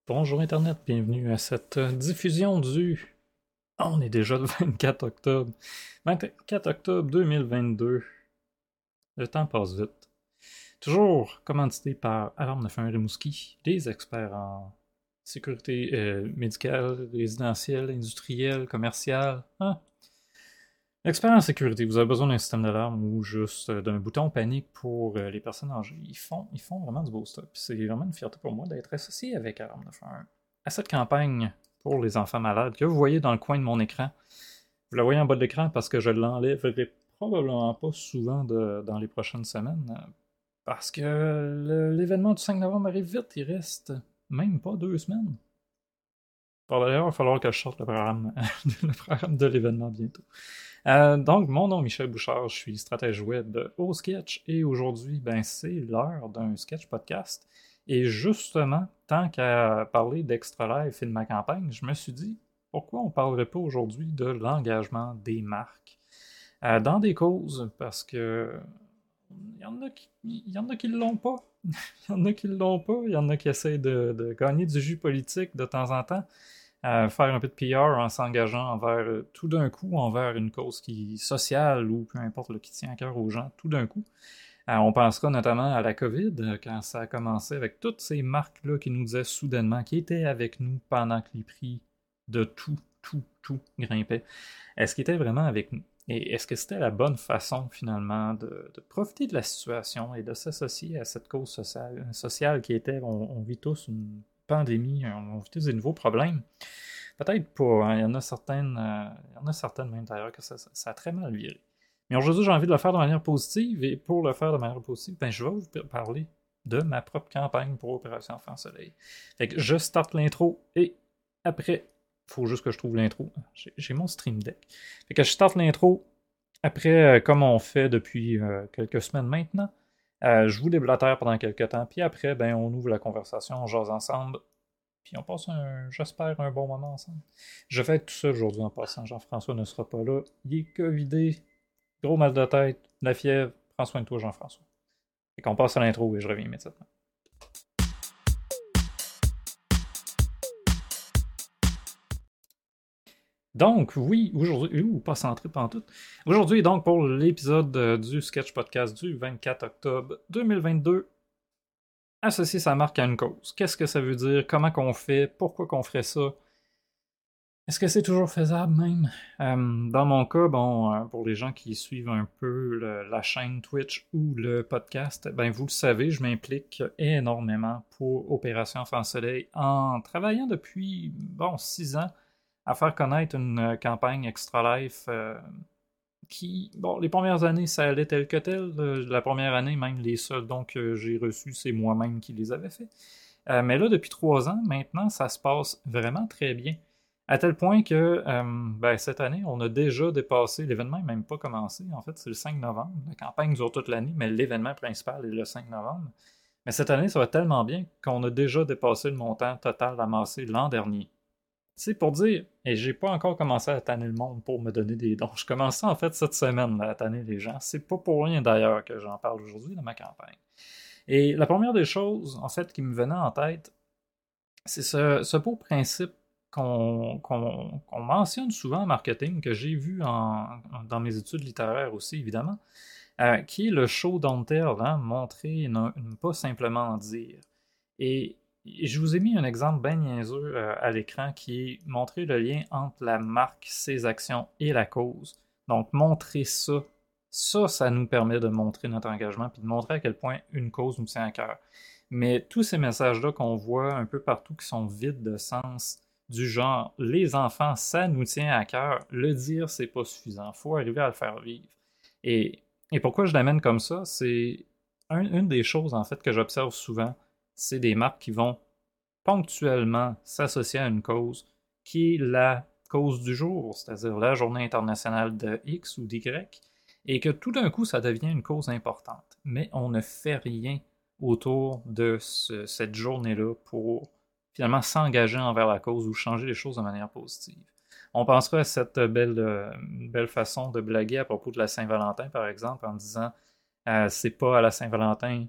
Bonjour Internet, bienvenue à cette diffusion du... On est déjà le 24 octobre. 24 octobre 2022. Le temps passe vite. Toujours commandité par Alarme 91 Rimouski, des experts en sécurité médicale, résidentielle, industrielle, commerciale. Expert en sécurité, vous avez besoin d'un système d'alarme ou juste d'un bouton panique pour les personnes âgées. Ils font vraiment du beau stuff. C'est vraiment une fierté pour moi d'être associé avec Alarme 91 à cette campagne pour les enfants malades que vous voyez dans le coin de mon écran. Vous la voyez en bas de l'écran parce que je l'enlèverai probablement pas souvent dans les prochaines semaines parce que l'événement du 5 novembre arrive vite. Il reste même pas 2 semaines. Par d'ailleurs, il va falloir que je sorte le programme, le programme de l'événement bientôt. Donc, mon nom est Michel Bouchard, je suis stratège web au Sketch et aujourd'hui, c'est l'heure d'un sketch podcast. Et justement, tant qu'à parler d'Extra Life et de ma campagne, je me suis dit, pourquoi on ne parlerait pas aujourd'hui de l'engagement des marques dans des causes, parce que il y en a qui l'ont pas. Il y en a qui l'ont pas, il y en a qui essaient de gagner du jus politique de temps en temps faire un peu de PR en s'engageant envers tout d'un coup envers une cause qui sociale ou peu importe qui tient à cœur aux gens tout d'un coup. On pensera notamment à la COVID quand ça a commencé avec toutes ces marques-là qui nous disaient soudainement qui étaient avec nous pendant que les prix de tout grimpaient. Est-ce qu'ils étaient vraiment avec nous? Et est-ce que c'était la bonne façon finalement de profiter de la situation et de s'associer à cette cause sociale qui était, on vit tous une pandémie, on vit tous des nouveaux problèmes? Peut-être pas, hein. Il y en a certaines même d'ailleurs que ça a très mal viré. Mais aujourd'hui, j'ai envie de le faire de manière positive, et pour le faire de manière positive, je vais vous parler de ma propre campagne pour Opération Enfant Soleil. Fait que je starte l'intro, et après, il faut juste que je trouve l'intro. J'ai mon Stream Deck. Fait que je starte l'intro, après, comme on fait depuis quelques semaines maintenant, je vous déblatère pendant quelques temps, puis après, on ouvre la conversation, on jase ensemble, puis on passe j'espère, un bon moment ensemble. Je vais être tout seul aujourd'hui en passant. Jean-François ne sera pas là. Il est covidé, gros mal de tête, la fièvre. Prends soin de toi, Jean-François. Et qu'on passe à l'intro et je reviens immédiatement. Donc, oui, aujourd'hui, pas centré pantoute. Aujourd'hui, donc, pour l'épisode du sketch podcast du 24 octobre 2022, associer sa marque à une cause. Qu'est-ce que ça veut dire? Comment qu'on fait? Pourquoi qu'on ferait ça? Est-ce que c'est toujours faisable même? Dans mon cas, pour les gens qui suivent un peu la chaîne Twitch ou le podcast, vous le savez, je m'implique énormément pour Opération Enfant Soleil en travaillant depuis 6 ans à faire connaître une campagne Extra Life qui, les premières années, ça allait tel que tel. La première année, même les seuls dons que j'ai reçus, c'est moi-même qui les avais faits. Mais là, depuis 3 ans, maintenant, ça se passe vraiment très bien. À tel point que cette année, on a déjà dépassé, l'événement n'est même pas commencé, en fait, c'est le 5 novembre. La campagne dure toute l'année, mais l'événement principal est le 5 novembre. Mais cette année, ça va tellement bien qu'on a déjà dépassé le montant total amassé l'an dernier. C'est pour dire, et j'ai pas encore commencé à tanner le monde pour me donner des dons. Je commence ça en fait cette semaine là, à tanner les gens. C'est pas pour rien d'ailleurs que j'en parle aujourd'hui dans ma campagne. Et la première des choses, en fait, qui me venait en tête, c'est ce beau principe qu'on mentionne souvent en marketing, que j'ai vu dans mes études littéraires aussi, évidemment, qui est le show don't tell, hein, montrer, ne pas simplement dire. Et je vous ai mis un exemple bien niaiseux à l'écran qui est montrer le lien entre la marque, ses actions et la cause. Donc, montrer ça. Ça nous permet de montrer notre engagement puis de montrer à quel point une cause nous tient à cœur. Mais tous ces messages-là qu'on voit un peu partout qui sont vides de sens, du genre les enfants, ça nous tient à cœur, le dire, c'est pas suffisant. Il faut arriver à le faire vivre. Et, et pourquoi je l'amène comme ça, c'est une des choses en fait que j'observe souvent, c'est des marques qui vont ponctuellement s'associer à une cause qui est la cause du jour, c'est-à-dire la journée internationale de X ou d'Y, et que tout d'un coup, ça devient une cause importante. Mais on ne fait rien autour de cette journée-là pour finalement s'engager envers la cause ou changer les choses de manière positive. On pensera à cette belle façon de blaguer à propos de la Saint-Valentin, par exemple, en disant c'est pas à la Saint-Valentin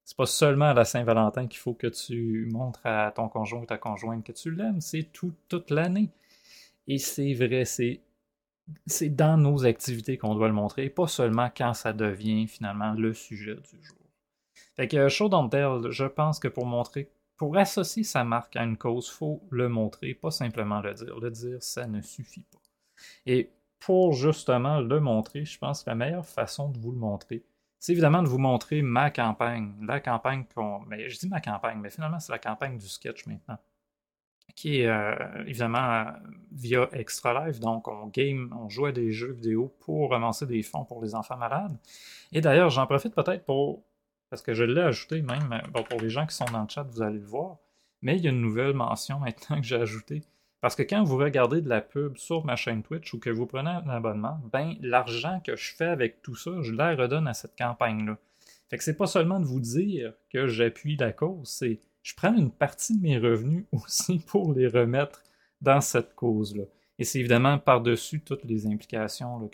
C'est pas seulement à la Saint-Valentin qu'il faut que tu montres à ton conjoint ou ta conjointe que tu l'aimes, c'est toute l'année. Et c'est vrai, c'est dans nos activités qu'on doit le montrer, pas seulement quand ça devient finalement le sujet du jour. Fait que Show Don't Tell, je pense que pour associer sa marque à une cause, faut le montrer, pas simplement le dire. Le dire, ça ne suffit pas. Et pour justement le montrer, je pense que la meilleure façon de vous le montrer, c'est évidemment de vous montrer ma campagne. La campagne qu'on. Mais je dis ma campagne, mais finalement, c'est la campagne du sketch maintenant. Qui est évidemment via Extra Life. Donc, on joue à des jeux vidéo pour ramasser des fonds pour les enfants malades. Et d'ailleurs, j'en profite peut-être pour. Parce que je l'ai ajouté même. Bon, pour les gens qui sont dans le chat, vous allez le voir. Mais il y a une nouvelle mention maintenant que j'ai ajoutée. Parce que quand vous regardez de la pub sur ma chaîne Twitch ou que vous prenez un abonnement, ben l'argent que je fais avec tout ça, je la redonne à cette campagne-là. Fait que c'est pas seulement de vous dire que j'appuie la cause, c'est je prends une partie de mes revenus aussi pour les remettre dans cette cause-là. Et c'est évidemment par-dessus toutes les implications là,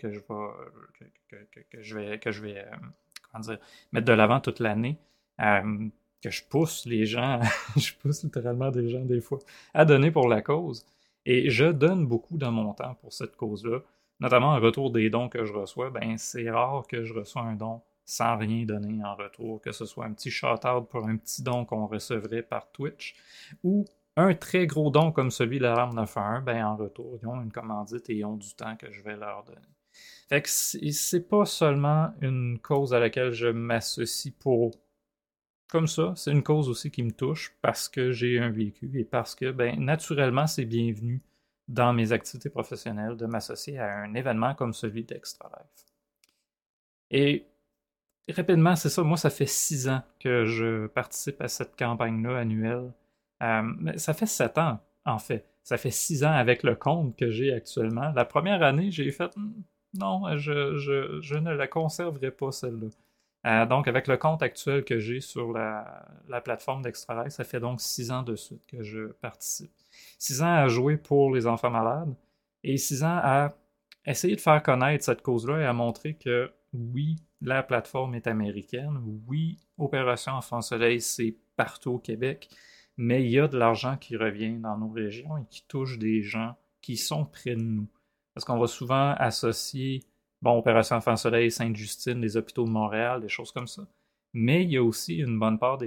que je vais comment dire, mettre de l'avant toute l'année. Que je pousse les gens, je pousse littéralement des gens des fois à donner pour la cause. Et je donne beaucoup de mon temps pour cette cause-là, notamment en retour des dons que je reçois. Ben, c'est rare que je reçois un don sans rien donner en retour, que ce soit un petit shout-out pour un petit don qu'on recevrait par Twitch, ou un très gros don comme celui de l'Alarme 911, ben en retour, ils ont une commandite et ils ont du temps que je vais leur donner. Fait que c'est pas seulement une cause à laquelle je m'associe pour comme ça, c'est une cause aussi qui me touche parce que j'ai un vécu et parce que, ben, naturellement, c'est bienvenu dans mes activités professionnelles de m'associer à un événement comme celui d'Extra Life. Et rapidement, c'est ça, moi, ça fait 6 ans que je participe à cette campagne-là annuelle. Ça fait 7 ans, en fait. Ça fait 6 ans avec le compte que j'ai actuellement. La première année, j'ai fait non, je ne la conserverai pas, celle-là. Donc, avec le compte actuel que j'ai sur la plateforme d'Extra Life, ça fait donc 6 ans de suite que je participe. 6 ans à jouer pour les enfants malades et 6 ans à essayer de faire connaître cette cause-là et à montrer que oui, la plateforme est américaine, oui, Opération Enfant Soleil, c'est partout au Québec, mais il y a de l'argent qui revient dans nos régions et qui touche des gens qui sont près de nous. Parce qu'on va souvent associer bon, Opération Enfant Soleil, Sainte-Justine, les hôpitaux de Montréal, des choses comme ça. Mais il y a aussi une bonne part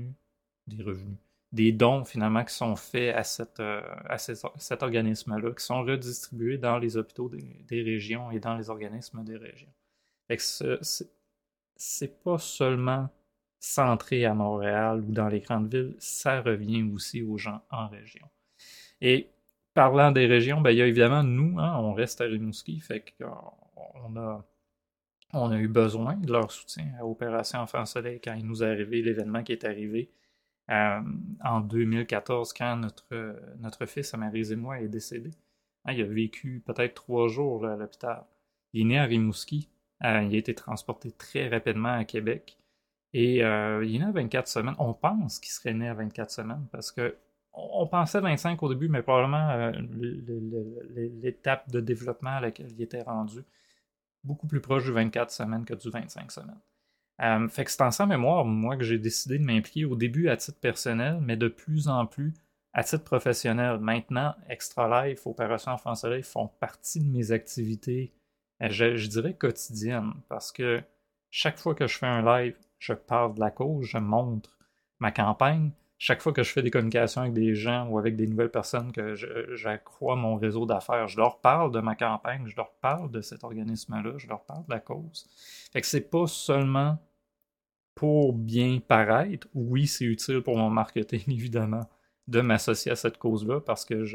des dons finalement qui sont faits à cet organisme-là, qui sont redistribués dans les hôpitaux des régions et dans les organismes des régions. Fait que c'est pas seulement centré à Montréal ou dans les grandes villes, ça revient aussi aux gens en région. Et parlant des régions, ben, il y a évidemment nous, hein, on reste à Rimouski, fait qu'on a on a eu besoin de leur soutien à Opération Enfant Soleil quand il nous est arrivé l'événement qui est arrivé en 2014 quand notre fils, Amarise et moi, est décédé. Hein, il a vécu peut-être 3 jours là, à l'hôpital. Il est né à Rimouski. Il a été transporté très rapidement à Québec. Et il est né à 24 semaines. On pense qu'il serait né à 24 semaines parce que on pensait 25 au début, mais probablement l'étape de développement à laquelle il était rendu beaucoup plus proche du 24 semaines que du 25 semaines. Fait que c'est en sa mémoire, moi, que j'ai décidé de m'impliquer au début à titre personnel, mais de plus en plus à titre professionnel. Maintenant, Extra Life, Opération Enfant Soleil font partie de mes activités, je dirais quotidiennes, parce que chaque fois que je fais un live, je parle de la cause, je montre ma campagne. Chaque fois que je fais des communications avec des gens ou avec des nouvelles personnes que j'accrois mon réseau d'affaires, je leur parle de ma campagne, je leur parle de cet organisme-là, je leur parle de la cause. Fait que c'est pas seulement pour bien paraître. Oui, c'est utile pour mon marketing, évidemment, de m'associer à cette cause-là parce que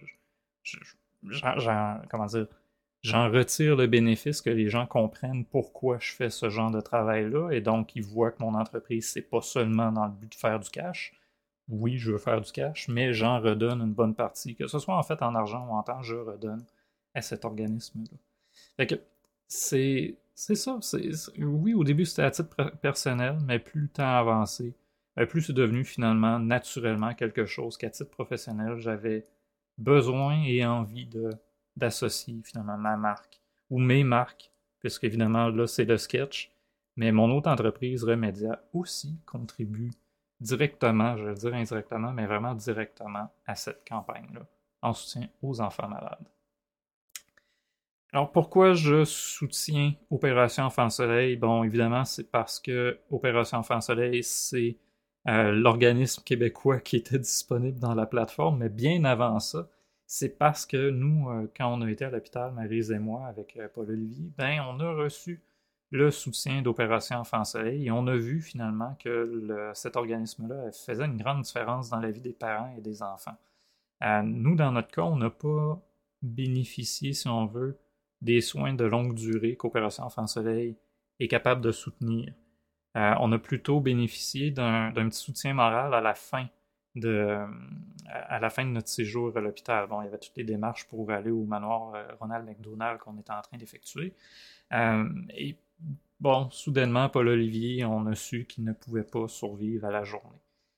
comment dire, j'en retire le bénéfice que les gens comprennent pourquoi je fais ce genre de travail-là et donc ils voient que mon entreprise, c'est pas seulement dans le but de faire du cash. Oui, je veux faire du cash, mais j'en redonne une bonne partie, que ce soit en fait en argent ou en temps, je redonne à cet organisme-là. Fait que c'est ça. Oui, au début, c'était à titre personnel, mais plus le temps avançait, plus c'est devenu finalement naturellement quelque chose qu'à titre professionnel, j'avais besoin et envie d'associer finalement ma marque ou mes marques, puisque évidemment là, c'est le sketch, Mais mon autre entreprise, Remedia, aussi contribue directement, je vais dire indirectement, mais vraiment directement à cette campagne-là, en soutien aux enfants malades. Alors pourquoi je soutiens Opération Enfant Soleil? Bon, évidemment, c'est parce que Opération Enfant Soleil, c'est l'organisme québécois qui était disponible dans la plateforme, mais bien avant ça, c'est parce que nous, quand on a été à l'hôpital, Maryse et moi, avec Paul-Olivier, ben, on a reçu le soutien d'Opération Enfant Soleil et on a vu finalement que cet organisme-là faisait une grande différence dans la vie des parents et des enfants. Nous, dans notre cas, on n'a pas bénéficié, si on veut, des soins de longue durée qu'Opération Enfant Soleil est capable de soutenir. On a plutôt bénéficié d'un petit soutien moral de, à la fin de notre séjour à l'hôpital. Bon, il y avait toutes les démarches pour aller au manoir Ronald McDonald qu'on était en train d'effectuer. Et bon, soudainement, Paul-Olivier, on a su qu'il ne pouvait pas survivre à la journée.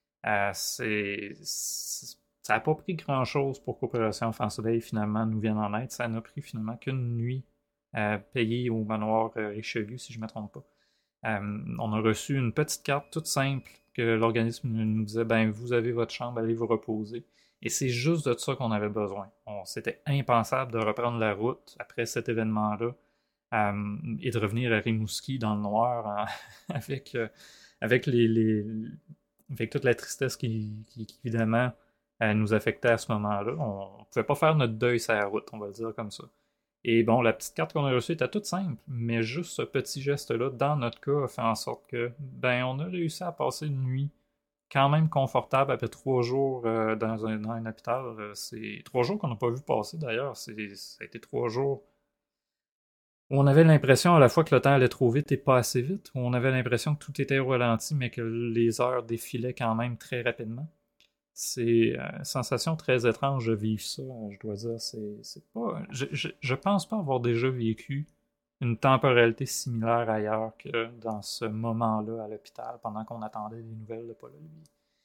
Ça n'a pas pris grand-chose pour qu'Opération Enfant Soleil finalement nous vienne en aide. Ça n'a pris finalement qu'une nuit payée au manoir Richelieu, si je ne me trompe pas. On a reçu une petite carte toute simple que l'organisme nous disait ben vous avez votre chambre, allez vous reposer. Et c'est juste de ça qu'on avait besoin. C'était impensable de reprendre la route après cet événement-là et de revenir à Rimouski dans le noir avec, avec avec toute la tristesse qui évidemment nous affectait à ce moment-là. On ne pouvait pas faire notre deuil sur la route, on va le dire comme ça. Et bon, la petite carte qu'on a reçue était toute simple, mais juste ce petit geste-là, dans notre cas, a fait en sorte que, ben, on a réussi à passer une nuit quand même confortable après 3 jours dans un hôpital. C'est 3 jours qu'on n'a pas vu passer d'ailleurs. Ça a été 3 jours où on avait l'impression à la fois que le temps allait trop vite et pas assez vite, où on avait l'impression que tout était au ralenti, mais que les heures défilaient quand même très rapidement. C'est une sensation très étrange de vivre ça, je dois dire. C'est pas. Je pense pas avoir déjà vécu une temporalité similaire ailleurs que dans ce moment-là à l'hôpital, pendant qu'on attendait des nouvelles de Paul Olivier.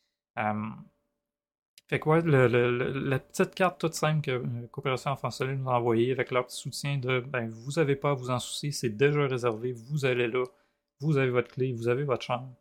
Fait que ouais, la petite carte toute simple que Coopération Enfants Soleil nous a envoyée avec leur petit soutien de ben vous avez pas à vous en soucier, c'est déjà réservé, vous allez là, vous avez votre clé, vous avez votre chambre.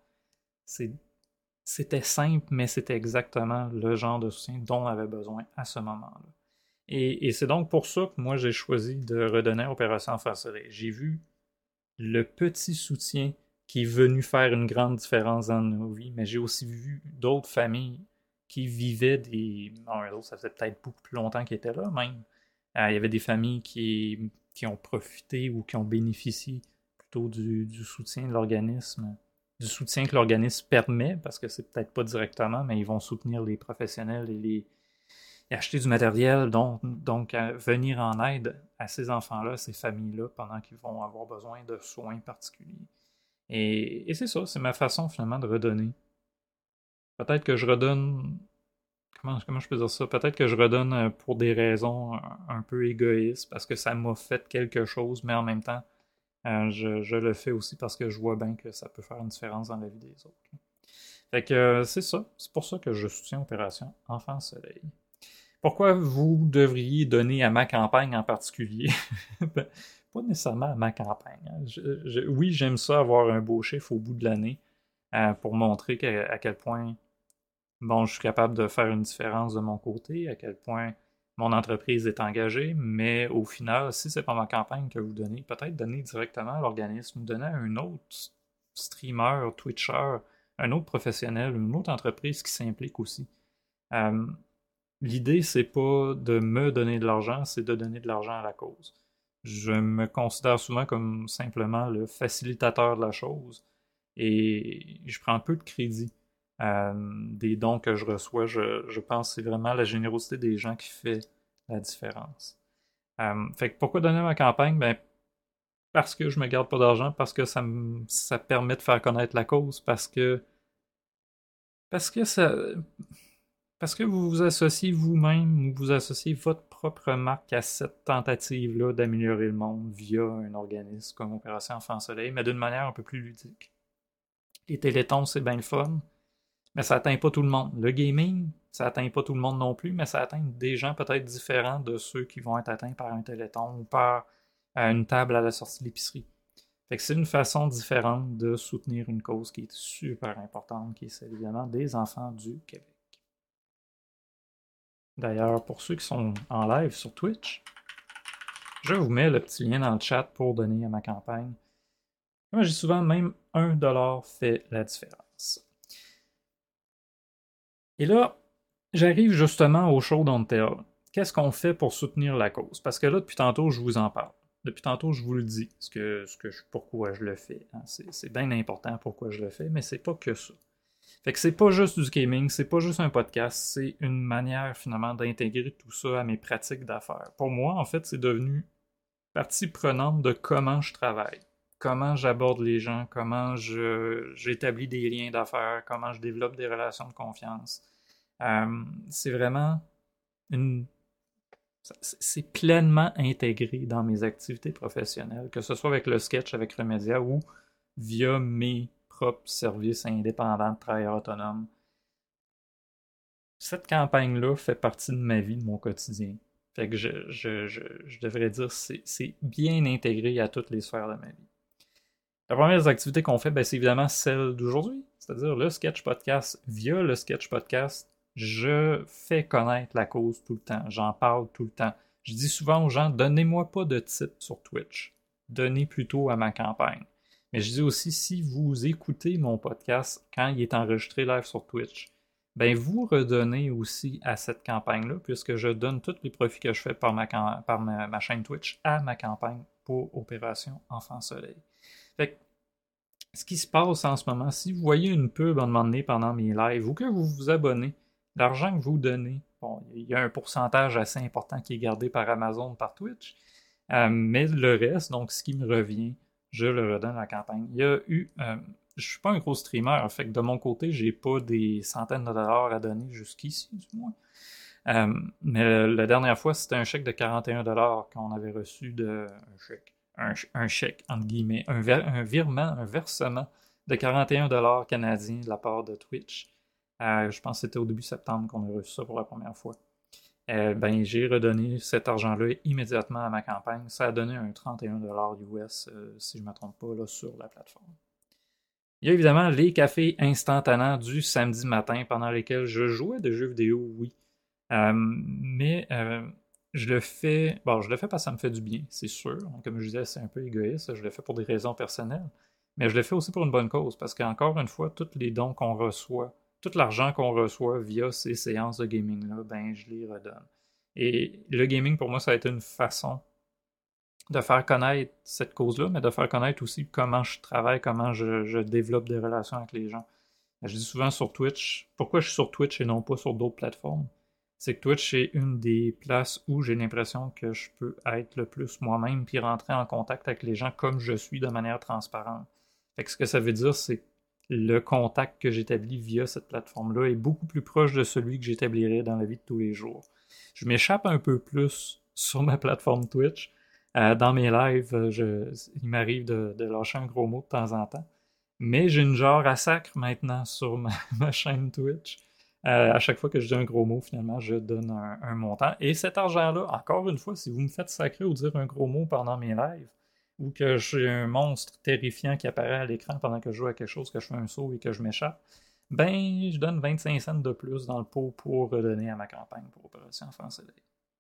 C'était simple, mais c'était exactement le genre de soutien dont on avait besoin à ce moment-là. Et c'est donc pour ça que moi j'ai choisi de redonner à Opération Enfants Soleil. J'ai vu le petit soutien qui est venu faire une grande différence dans nos vies, mais j'ai aussi vu d'autres familles qui vivaient des. Non, ça faisait peut-être beaucoup plus longtemps qu'ils étaient là même. Il y avait des familles qui ont profité ou qui ont bénéficié plutôt du soutien de l'organisme, du soutien que l'organisme permet, parce que c'est peut-être pas directement, mais ils vont soutenir les professionnels et acheter du matériel, donc venir en aide à ces enfants-là, ces familles-là, pendant qu'ils vont avoir besoin de soins particuliers. Et c'est ça, c'est ma façon finalement de redonner. Peut-être que je redonne. Comment je peux dire ça? Peut-être que je redonne pour des raisons un peu égoïstes, parce que ça m'a fait quelque chose, mais en même temps, je le fais aussi parce que je vois bien que ça peut faire une différence dans la vie des autres. Fait que c'est ça. C'est pour ça que je soutiens Opération Enfant Soleil. Pourquoi vous devriez donner à ma campagne en particulier? Ben, pas nécessairement à ma campagne. Hein. Oui, j'aime ça avoir un beau chiffre au bout de l'année pour montrer à quel point bon, je suis capable de faire une différence de mon côté, à quel point mon entreprise est engagée, mais au final, si c'est pas ma campagne que vous donnez, peut-être donner directement à l'organisme, donner à un autre streamer, twitcher, un autre professionnel, une autre entreprise qui s'implique aussi. Euh, L'idée, c'est pas de me donner de l'argent, c'est de donner de l'argent à la cause. Je me considère souvent comme simplement le facilitateur de la chose et je prends peu de crédit des dons que je reçois. Je pense que c'est vraiment la générosité des gens qui fait la différence. Fait que pourquoi donner ma campagne? Ben, parce que je me garde pas d'argent, parce que ça permet de faire connaître la cause, parce que ça, parce que vous vous associez vous-même ou vous associez votre propre marque à cette tentative-là d'améliorer le monde via un organisme comme Opération Enfant Soleil, mais d'une manière un peu plus ludique. Les télétons, c'est bien le fun, mais ça atteint pas tout le monde. Le gaming, ça atteint pas tout le monde non plus, mais ça atteint des gens peut-être différents de ceux qui vont être atteints par un téléthon ou par une table à la sortie de l'épicerie. Fait que c'est une façon différente de soutenir une cause qui est super importante, qui est celle évidemment des enfants du Québec. D'ailleurs, pour ceux qui sont en live sur Twitch, je vous mets le petit lien dans le chat pour donner à ma campagne. Moi, j'ai souvent même 1$ fait la différence. Et là, j'arrive justement au show on tell. Qu'est-ce qu'on fait pour soutenir la cause? Parce que là, depuis tantôt, je vous en parle. Depuis tantôt, je vous le dis, pourquoi je le fais. Hein. C'est bien important pourquoi je le fais, mais c'est pas que ça. Fait que c'est pas juste du gaming, c'est pas juste un podcast, c'est une manière finalement d'intégrer tout ça à mes pratiques d'affaires. Pour moi, en fait, c'est devenu partie prenante de comment je travaille, comment j'aborde les gens, comment j'établis des liens d'affaires, comment je développe des relations de confiance. C'est vraiment une... C'est pleinement intégré dans mes activités professionnelles, que ce soit avec le sketch, avec Remedia ou via mes propres services indépendants de travailleurs autonomes. Cette campagne-là fait partie de ma vie, de mon quotidien. Fait que je devrais dire que c'est bien intégré à toutes les sphères de ma vie. La première des activités qu'on fait, ben, c'est évidemment celle d'aujourd'hui, c'est-à-dire le sketch podcast. Via le sketch podcast, je fais connaître la cause tout le temps, j'en parle tout le temps. Je dis souvent aux gens, donnez-moi pas de tips sur Twitch, donnez plutôt à ma campagne. Mais je dis aussi, si vous écoutez mon podcast quand il est enregistré live sur Twitch, ben vous redonnez aussi à cette campagne-là, puisque je donne tous les profits que je fais par ma chaîne Twitch à ma campagne pour Opération Enfant Soleil. Fait que, ce qui se passe en ce moment, si vous voyez une pub à un moment donné pendant mes lives ou que vous vous abonnez, l'argent que vous donnez, bon, il y a un pourcentage assez important qui est gardé par Amazon, par Twitch, mais le reste, donc ce qui me revient, je le redonne à la campagne. Il y a eu, je suis pas un gros streamer, fait que de mon côté, j'ai pas des centaines de dollars à donner jusqu'ici, du moins. Mais la dernière fois, c'était un chèque de 41$ qu'on avait reçu de un chèque, entre guillemets, un virement, un versement de 41$ canadiens de la part de Twitch. Je pense que c'était au début septembre qu'on a reçu ça pour la première fois. Ben, j'ai redonné cet argent-là immédiatement à ma campagne. Ça a donné un 31$ US, si je ne me trompe pas, là, sur la plateforme. Il y a évidemment les cafés instantanés du samedi matin pendant lesquels je jouais à des jeux vidéo, oui. Mais je le fais parce que ça me fait du bien, c'est sûr. Comme je disais, c'est un peu égoïste, je le fais pour des raisons personnelles. Mais je le fais aussi pour une bonne cause, parce qu'encore une fois, tous les dons qu'on reçoit, tout l'argent qu'on reçoit via ces séances de gaming-là, ben je les redonne. Et le gaming, pour moi, ça a été une façon de faire connaître cette cause-là, mais de faire connaître aussi comment je travaille, comment je développe des relations avec les gens. Je dis souvent sur Twitch, pourquoi je suis sur Twitch et non pas sur d'autres plateformes? C'est que Twitch est une des places où j'ai l'impression que je peux être le plus moi-même puis rentrer en contact avec les gens comme je suis de manière transparente. Fait que ce que ça veut dire, c'est que le contact que j'établis via cette plateforme-là est beaucoup plus proche de celui que j'établirais dans la vie de tous les jours. Je m'échappe un peu plus sur ma plateforme Twitch. Dans mes lives, il m'arrive de lâcher un gros mot de temps en temps. Mais j'ai une genre à sacre maintenant sur ma chaîne Twitch. À chaque fois que je dis un gros mot, finalement, je donne un montant. Et cet argent-là, encore une fois, si vous me faites sacrer ou dire un gros mot pendant mes lives, ou que j'ai un monstre terrifiant qui apparaît à l'écran pendant que je joue à quelque chose, que je fais un saut et que je m'échappe, ben, je donne 25 cents de plus dans le pot pour redonner à ma campagne pour Opération Enfant Soleil.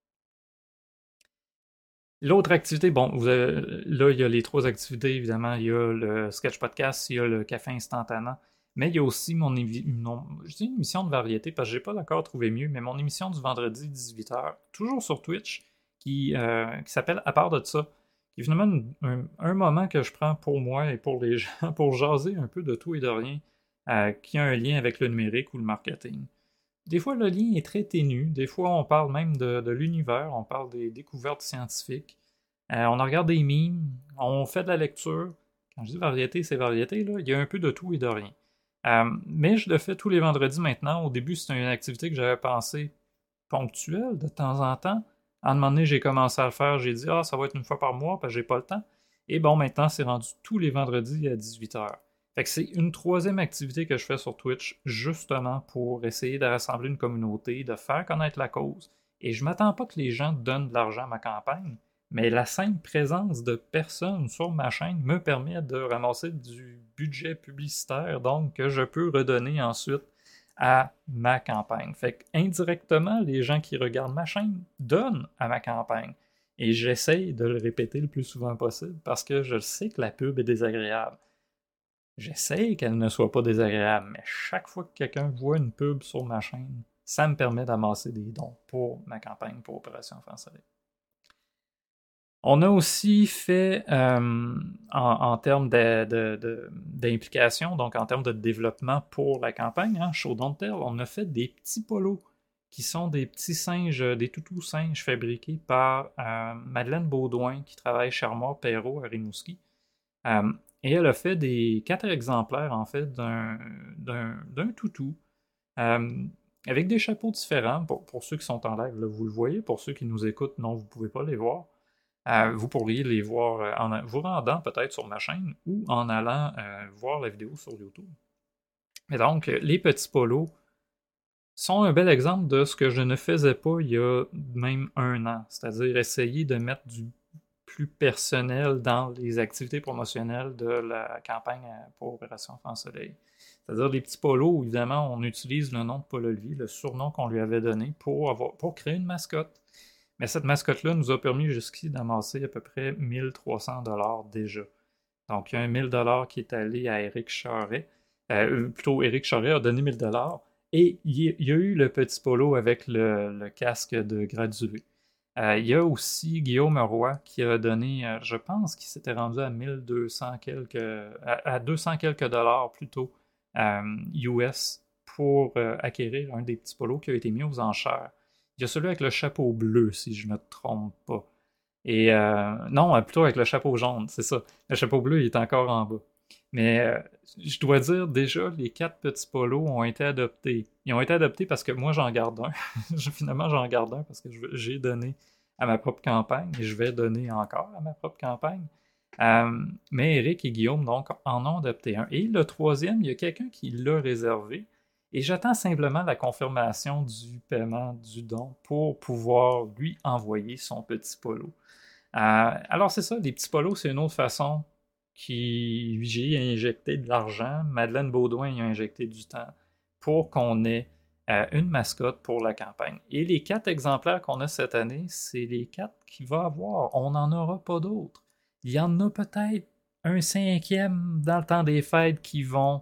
L'autre activité, bon, là, il y a les 3 activités, évidemment. Il y a le sketch podcast, il y a le café instantané, mais il y a aussi je dis une émission de variété parce que j'ai pas encore trouvé mieux, mais mon émission du vendredi 18h, toujours sur Twitch, qui s'appelle À part de ça, qui est finalement un moment que je prends pour moi et pour les gens pour jaser un peu de tout et de rien qui a un lien avec le numérique ou le marketing. Des fois, le lien est très ténu. Des fois, on parle même de l'univers, on parle des découvertes scientifiques. On regarde des mimes, on fait de la lecture. Quand je dis variété, c'est variété, là. Il y a un peu de tout et de rien. Mais je le fais tous les vendredis maintenant. Au début, c'était une activité que j'avais pensée ponctuelle de temps en temps. À un moment donné, j'ai commencé à le faire. J'ai dit, ah, ça va être une fois par mois parce que j'ai pas le temps. Et bon, maintenant, c'est rendu tous les vendredis à 18h. Fait que c'est une 3e activité que je fais sur Twitch, justement pour essayer de rassembler une communauté, de faire connaître la cause. Et je m'attends pas que les gens donnent de l'argent à ma campagne, Mais la simple présence de personnes sur ma chaîne me permet de ramasser du budget publicitaire, donc que je peux redonner ensuite à ma campagne. Fait que indirectement, les gens qui regardent ma chaîne donnent à ma campagne. Et j'essaye de le répéter le plus souvent possible parce que je sais que la pub est désagréable. J'essaye qu'elle ne soit pas désagréable, mais chaque fois que quelqu'un voit une pub sur ma chaîne, ça me permet d'amasser des dons pour ma campagne pour Opération Enfants Soleil. On a aussi fait, en termes d'implication, donc en termes de développement pour la campagne, hein, Show Don't Tell, on a fait des petits polos qui sont des petits singes, des toutous singes fabriqués par Madeleine Baudouin qui travaille chez Armoire Perrault à Rimouski. Et elle a fait des 4 exemplaires en fait d'un toutou avec des chapeaux différents. Pour ceux qui sont en live, là, vous le voyez. Pour ceux qui nous écoutent, non, vous ne pouvez pas les voir. Vous pourriez les voir en vous rendant peut-être sur ma chaîne ou en allant voir la vidéo sur YouTube. Mais donc, les petits polos sont un bel exemple de ce que je ne faisais pas il y a même 1 an, c'est-à-dire essayer de mettre du plus personnel dans les activités promotionnelles de la campagne pour Opération Enfants Soleil. C'est-à-dire les petits polos où, évidemment, on utilise le nom de Paul Olivier, le surnom qu'on lui avait donné, pour créer une mascotte. Mais cette mascotte-là nous a permis jusqu'ici d'amasser à peu près 1300$ déjà. Donc, il y a un 1000$ qui est allé à Éric Charret. Plutôt, Éric Charret a donné 1000$. Et il y a eu le petit polo avec le casque de gradué. Il y a aussi Guillaume Roy qui a donné, je pense qu'il s'était rendu à 1200 quelques, à 200 quelques dollars plutôt US pour acquérir un des petits polos qui a été mis aux enchères. Il y a celui avec le chapeau bleu, si je ne me trompe pas. Et non, plutôt avec le chapeau jaune, c'est ça. Le chapeau bleu, il est encore en bas. Mais je dois dire, déjà, les 4 petits polos ont été adoptés. Ils ont été adoptés parce que moi, j'en garde un. Finalement, j'en garde un parce que j'ai donné à ma propre campagne et je vais donner encore à ma propre campagne. Mais Eric et Guillaume, donc, en ont adopté un. Et le troisième, il y a quelqu'un qui l'a réservé. Et j'attends simplement la confirmation du paiement du don pour pouvoir lui envoyer son petit polo. Alors c'est ça, les petits polos, c'est une autre façon qui j'ai injecté de l'argent. Madeleine Baudouin y a injecté du temps pour qu'on ait une mascotte pour la campagne. Et les 4 exemplaires qu'on a cette année, c'est les 4 qu'il va avoir. On n'en aura pas d'autres. Il y en a peut-être un 5e dans le temps des fêtes qui va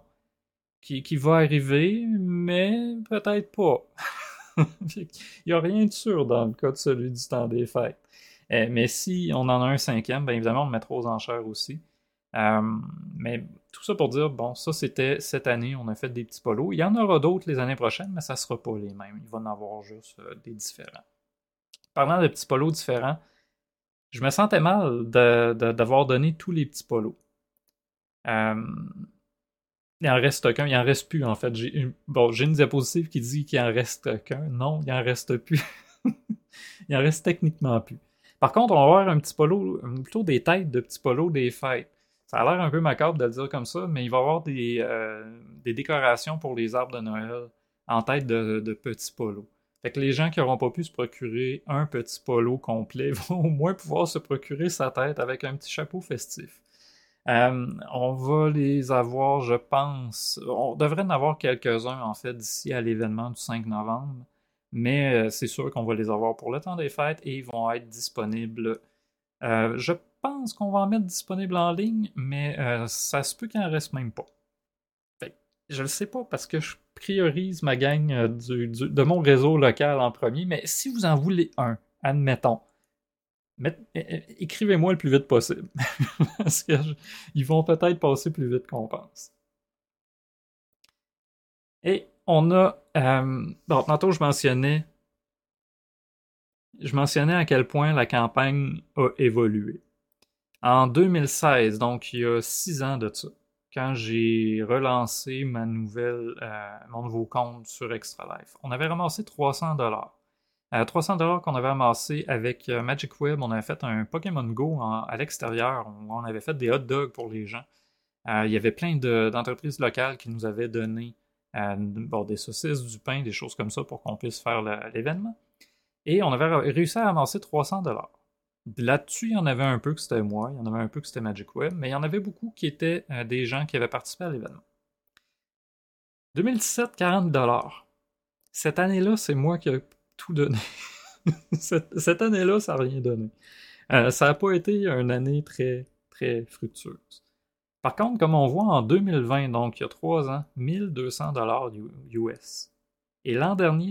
arriver, mais peut-être pas. Il n'y a rien de sûr dans le cas de celui du temps des fêtes. Mais si on en a un 5e, bien évidemment, on le mettra aux enchères aussi. Mais tout ça pour dire, bon, ça c'était cette année, on a fait des petits polos. Il y en aura d'autres les années prochaines, mais ça ne sera pas les mêmes. Il va en avoir juste des différents. Parlant de petits polos différents, je me sentais mal d'avoir donné tous les petits polos. Il en reste qu'un, il en reste plus en fait. J'ai une diapositive qui dit qu'il en reste qu'un. Non, il en reste plus. Il en reste techniquement plus. Par contre, on va avoir un petit polo, plutôt des têtes de petits polos des fêtes. Ça a l'air un peu macabre de le dire comme ça, mais il va y avoir des décorations pour les arbres de Noël en tête de petits polos. Fait que les gens qui n'auront pas pu se procurer un petit polo complet vont au moins pouvoir se procurer sa tête avec un petit chapeau festif. On va les avoir, je pense. On devrait en avoir quelques-uns, en fait, d'ici à l'événement du 5 novembre. Mais c'est sûr qu'on va les avoir pour le temps des fêtes et ils vont être disponibles. Je pense qu'on va en mettre disponibles en ligne, mais ça se peut qu'il en reste même pas. Fait, je le sais pas parce que je priorise ma gang de mon réseau local en premier, mais si vous en voulez un, admettons, écrivez-moi le plus vite possible. Parce qu'ils vont peut-être passer plus vite qu'on pense. Et on a... bon, tantôt je mentionnais à quel point la campagne a évolué. En 2016, donc il y a 6 ans de ça, quand j'ai relancé mon nouveau compte sur Extra Life, on avait ramassé 300$. 300$ qu'on avait amassé avec Magic Web, on avait fait un Pokémon Go à l'extérieur. On avait fait des hot dogs pour les gens. Il y avait plein d'entreprises locales qui nous avaient donné des saucisses, du pain, des choses comme ça pour qu'on puisse faire l'événement. Et on avait réussi à amasser 300$. Là-dessus, il y en avait un peu que c'était moi, il y en avait un peu que c'était Magic Web, mais il y en avait beaucoup qui étaient des gens qui avaient participé à l'événement. 2017, 40$. Cette année-là, c'est moi qui ai tout donné. Cette année-là, ça n'a rien donné. Ça n'a pas été une année très, très fructueuse. Par contre, comme on voit en 2020, donc il y a 3 ans, 1200$ US. Et l'an dernier,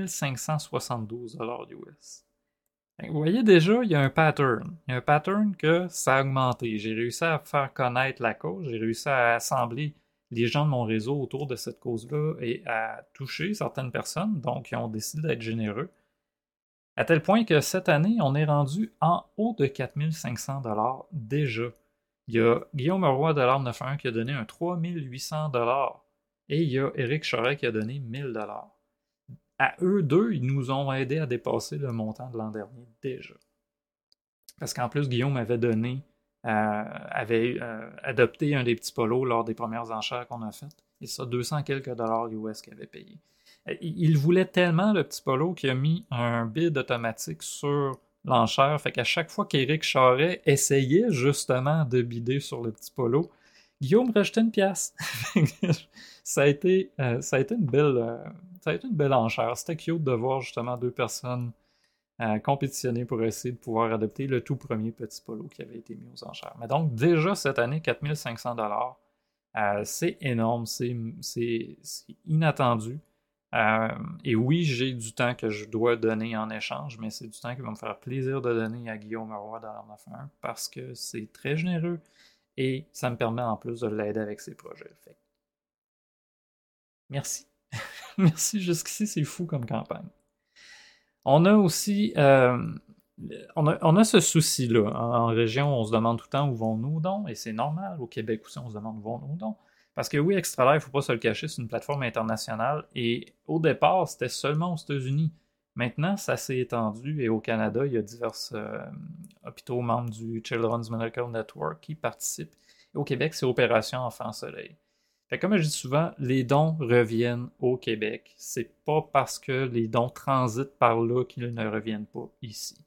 3572$ US. Vous voyez déjà, il y a un pattern. Il y a un pattern que ça a augmenté. J'ai réussi à faire connaître la cause, j'ai réussi à assembler les gens de mon réseau autour de cette cause-là et à toucher certaines personnes, donc ils ont décidé d'être généreux. À tel point que cette année, on est rendu en haut de 4500$ déjà. Il y a Guillaume Roy de l'Arme 91 qui a donné un 3800$ et il y a Éric Choret qui a donné 1000$. À eux deux, ils nous ont aidés à dépasser le montant de l'an dernier déjà. Parce qu'en plus, Guillaume avait donné, avait adopté un des petits polos lors des premières enchères qu'on a faites. Et ça, 200 quelques dollars US qu'il avait payé. Il voulait tellement le petit polo qu'il a mis un bid automatique sur l'enchère. Fait qu'à chaque fois qu'Éric Charret essayait justement de bider sur le petit polo, Guillaume rajoutait une pièce. ça a été une belle enchère. C'était cute de voir justement deux personnes compétitionner pour essayer de pouvoir adopter le tout premier petit polo qui avait été mis aux enchères. Mais donc, déjà cette année, 4500$, c'est énorme, c'est inattendu. Et oui, j'ai du temps que je dois donner en échange, mais c'est du temps qui va me faire plaisir de donner à Guillaume Roy dans l'Arme 91 parce que c'est très généreux et ça me permet en plus de l'aider avec ses projets. Fait. Merci. Merci, jusqu'ici, c'est fou comme campagne. On a aussi on a ce souci-là. En région, on se demande tout le temps où vont nos dons, et c'est normal. Au Québec aussi, on se demande où vont nos dons. Parce que oui, Extra Life, il ne faut pas se le cacher, c'est une plateforme internationale. Et au départ, c'était seulement aux États-Unis. Maintenant, ça s'est étendu et au Canada, il y a divers hôpitaux membres du Children's Medical Network qui participent. Et au Québec, c'est Opération Enfant Soleil. Fait comme je dis souvent, les dons reviennent au Québec. C'est pas parce que les dons transitent par là qu'ils ne reviennent pas ici.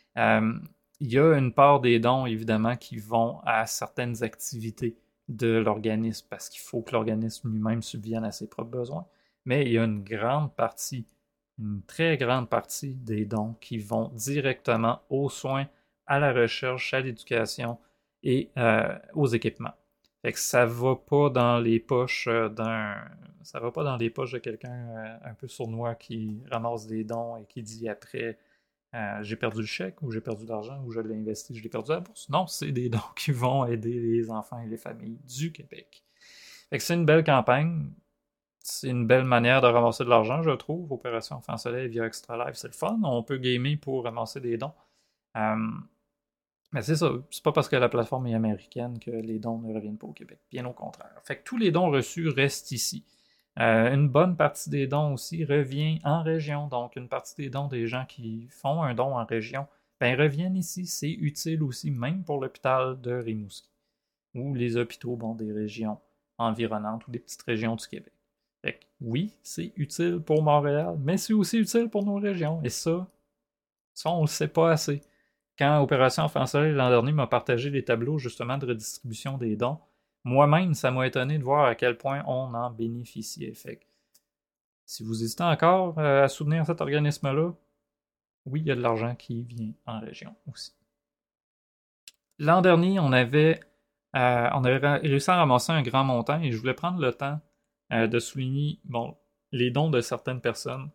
Il y a une part des dons, évidemment, qui vont à certaines activités de l'organisme, parce qu'il faut que l'organisme lui-même subvienne à ses propres besoins. Mais il y a une grande partie, une très grande partie des dons qui vont directement aux soins, à la recherche, à l'éducation et aux équipements. Fait que ça va pas dans les poches ça va pas dans les poches de quelqu'un un peu sournois qui ramasse des dons et qui dit après j'ai perdu le chèque ou j'ai perdu l'argent ou je l'ai investi, je l'ai perdu à la bourse. Non, c'est des dons qui vont aider les enfants et les familles du Québec. Fait que c'est une belle campagne. C'est une belle manière de ramasser de l'argent, je trouve. Opération Enfant Soleil via Extra Life, c'est le fun. On peut gamer pour ramasser des dons. Mais c'est ça, c'est pas parce que la plateforme est américaine que les dons ne reviennent pas au Québec. Bien au contraire. Fait que tous les dons reçus restent ici. Une bonne partie des dons aussi revient en région. Donc, une partie des dons des gens qui font un don en région, ben, reviennent ici. C'est utile aussi, même pour l'hôpital de Rimouski. Ou les hôpitaux, bon, des régions environnantes ou des petites régions du Québec. Fait que, oui, c'est utile pour Montréal, mais c'est aussi utile pour nos régions. Et ça on le sait pas assez. Quand Opération Enfant Soleil l'an dernier m'a partagé les tableaux justement de redistribution des dons, moi-même, ça m'a étonné de voir à quel point on en bénéficiait. Fait que, si vous hésitez encore à soutenir cet organisme-là, oui, il y a de l'argent qui vient en région aussi. L'an dernier, on avait réussi à ramasser un grand montant et je voulais prendre le temps de souligner les dons de certaines personnes,